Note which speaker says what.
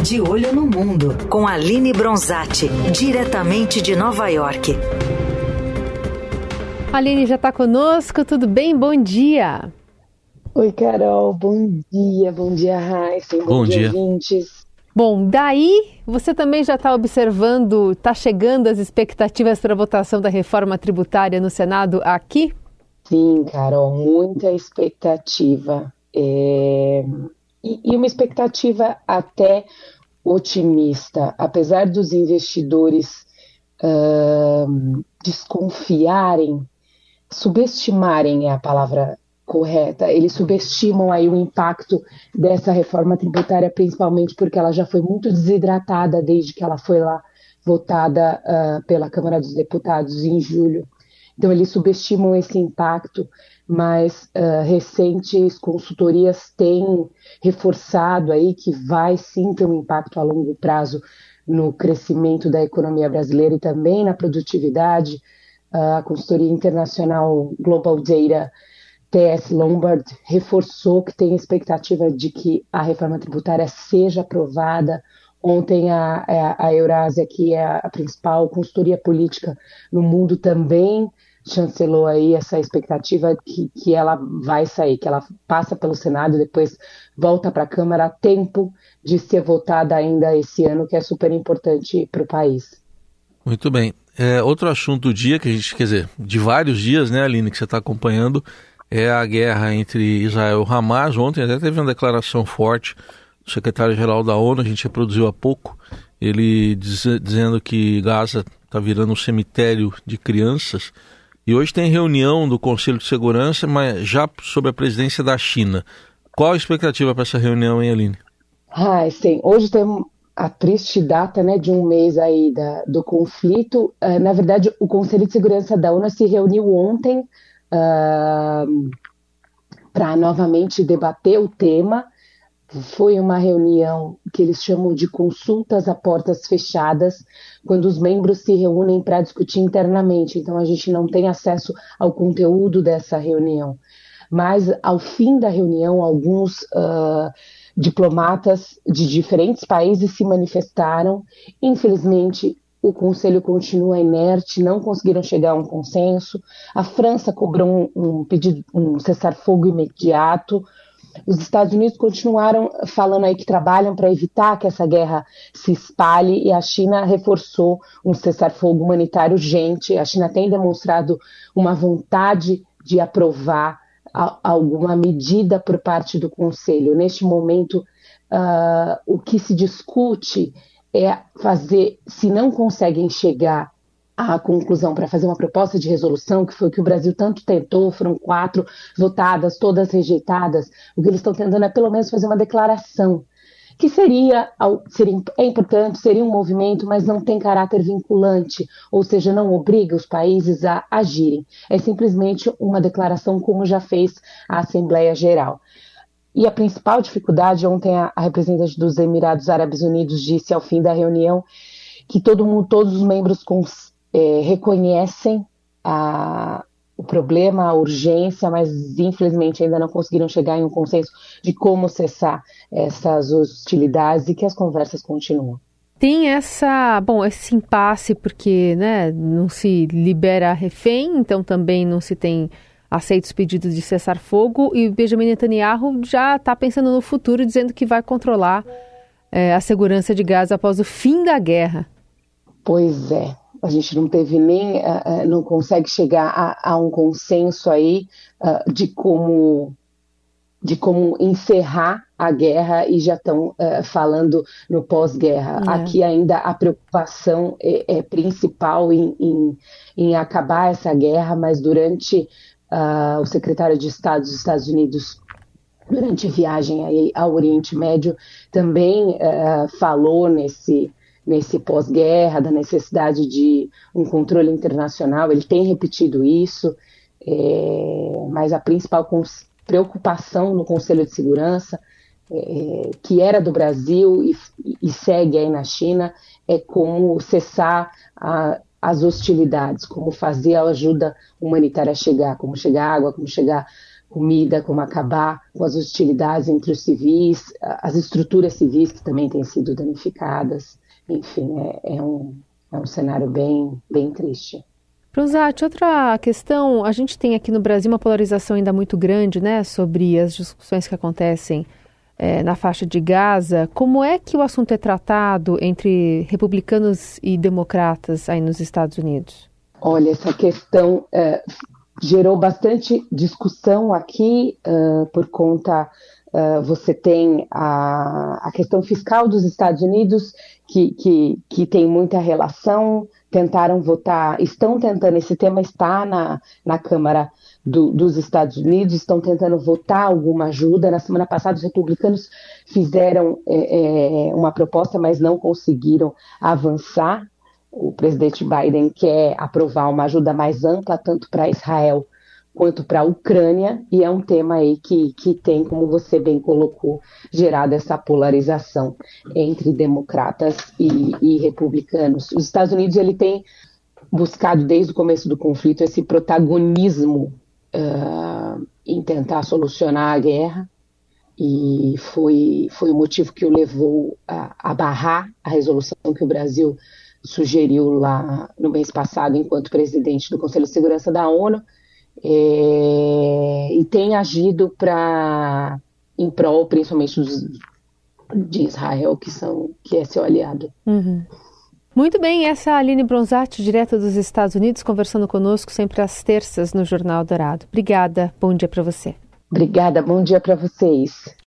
Speaker 1: De Olho no Mundo, com Aline Bronzatti, diretamente de Nova York.
Speaker 2: Aline já está conosco, tudo bem? Bom dia.
Speaker 3: Oi, Carol, bom dia, Raíssa, bom dia, ouvintes.
Speaker 2: Bom, daí você também já está observando, está chegando as expectativas para a votação da reforma tributária no Senado aqui?
Speaker 3: Sim, Carol, muita expectativa. E uma expectativa até otimista, apesar dos investidores desconfiarem, subestimarem é a palavra correta, eles subestimam aí o impacto dessa reforma tributária, principalmente porque ela já foi muito desidratada desde que ela foi lá votada pela Câmara dos Deputados em julho. Então eles subestimam esse impacto, mas recentes consultorias têm reforçado aí que vai sim ter um impacto a longo prazo no crescimento da economia brasileira e também na produtividade. A consultoria internacional Global Data TS Lombard reforçou que tem expectativa de que a reforma tributária seja aprovada. Ontem a Eurásia, que é a principal consultoria política no mundo, também chancelou aí essa expectativa que ela vai sair, que ela passa pelo Senado e depois volta para a Câmara a tempo de ser votada ainda esse ano, que é super importante para o país.
Speaker 4: Muito bem. Outro assunto do dia, que a gente, quer dizer, de vários dias, né, Aline, que você está acompanhando, é a guerra entre Israel e Hamas. Ontem até teve uma declaração forte do secretário-geral da ONU, a gente reproduziu há pouco, ele dizendo que Gaza está virando um cemitério de crianças. E hoje tem reunião do Conselho de Segurança, mas já sob a presidência da China. Qual a expectativa para essa reunião, hein, Aline?
Speaker 3: Sim. Hoje tem a triste data, né, de um mês aí do conflito. Na verdade, o Conselho de Segurança da ONU se reuniu ontem para novamente debater o tema. Foi uma reunião que eles chamam de consultas a portas fechadas, quando os membros se reúnem para discutir internamente. Então, a gente não tem acesso ao conteúdo dessa reunião. Mas, ao fim da reunião, alguns diplomatas de diferentes países se manifestaram. Infelizmente, o Conselho continua inerte, não conseguiram chegar a um consenso. A França cobrou um cessar-fogo imediato. Os Estados Unidos continuaram falando aí que trabalham para evitar que essa guerra se espalhe, e a China reforçou um cessar-fogo humanitário urgente. A China tem demonstrado uma vontade de aprovar alguma medida por parte do Conselho. Neste momento, o que se discute é fazer, se não conseguem chegar à conclusão para fazer uma proposta de resolução, que foi o que o Brasil tanto tentou, foram 4 votadas, todas rejeitadas, o que eles estão tentando é pelo menos fazer uma declaração, que é importante, seria um movimento, mas não tem caráter vinculante, ou seja, não obriga os países a agirem. É simplesmente uma declaração, como já fez a Assembleia Geral. E a principal dificuldade, ontem a representante dos Emirados Árabes Unidos disse ao fim da reunião que todos os membros reconhecem o problema, a urgência, mas infelizmente ainda não conseguiram chegar em um consenso de como cessar essas hostilidades e que as conversas continuam.
Speaker 2: Tem esse impasse porque, né, não se libera refém, então também não se tem aceitos pedidos de cessar-fogo, e Benjamin Netanyahu já está pensando no futuro, dizendo que vai controlar a segurança de Gaza após o fim da guerra.
Speaker 3: Pois é. A gente não consegue chegar a um consenso aí de como encerrar a guerra, e já estão falando no pós-guerra. Aqui ainda a preocupação é principal em acabar essa guerra, mas durante o secretário de Estado dos Estados Unidos, durante a viagem aí ao Oriente Médio, também falou nesse pós-guerra, da necessidade de um controle internacional. Ele tem repetido isso, mas a principal preocupação no Conselho de Segurança, que era do Brasil e segue aí na China, é como cessar as hostilidades, como fazer a ajuda humanitária chegar, como chegar água, como chegar comida, como acabar com as hostilidades entre os civis, as estruturas civis que também têm sido danificadas. Enfim, é um cenário bem triste.
Speaker 2: Brunzatti, outra questão, a gente tem aqui no Brasil uma polarização ainda muito grande, né, sobre as discussões que acontecem na faixa de Gaza. Como é que o assunto é tratado entre republicanos e democratas aí nos Estados Unidos?
Speaker 3: Olha, essa questão gerou bastante discussão aqui por conta... você tem a questão fiscal dos Estados Unidos, que tem muita relação, estão tentando, esse tema está na Câmara dos Estados Unidos, estão tentando votar alguma ajuda. Na semana passada, os republicanos fizeram uma proposta, mas não conseguiram avançar. O presidente Biden quer aprovar uma ajuda mais ampla, tanto para Israel quanto para a Ucrânia, e é um tema aí que tem, como você bem colocou, gerado essa polarização entre democratas e republicanos. Os Estados Unidos ele tem buscado, desde o começo do conflito, esse protagonismo em tentar solucionar a guerra, e foi o motivo que o levou a barrar a resolução que o Brasil sugeriu lá no mês passado, enquanto presidente do Conselho de Segurança da ONU, e tem agido em prol, principalmente de Israel, que é seu aliado.
Speaker 2: Uhum. Muito bem, essa é a Aline Bronzatti, direto dos Estados Unidos, conversando conosco sempre às terças no Jornal Dourado. Obrigada, bom dia para você.
Speaker 3: Obrigada, bom dia para vocês.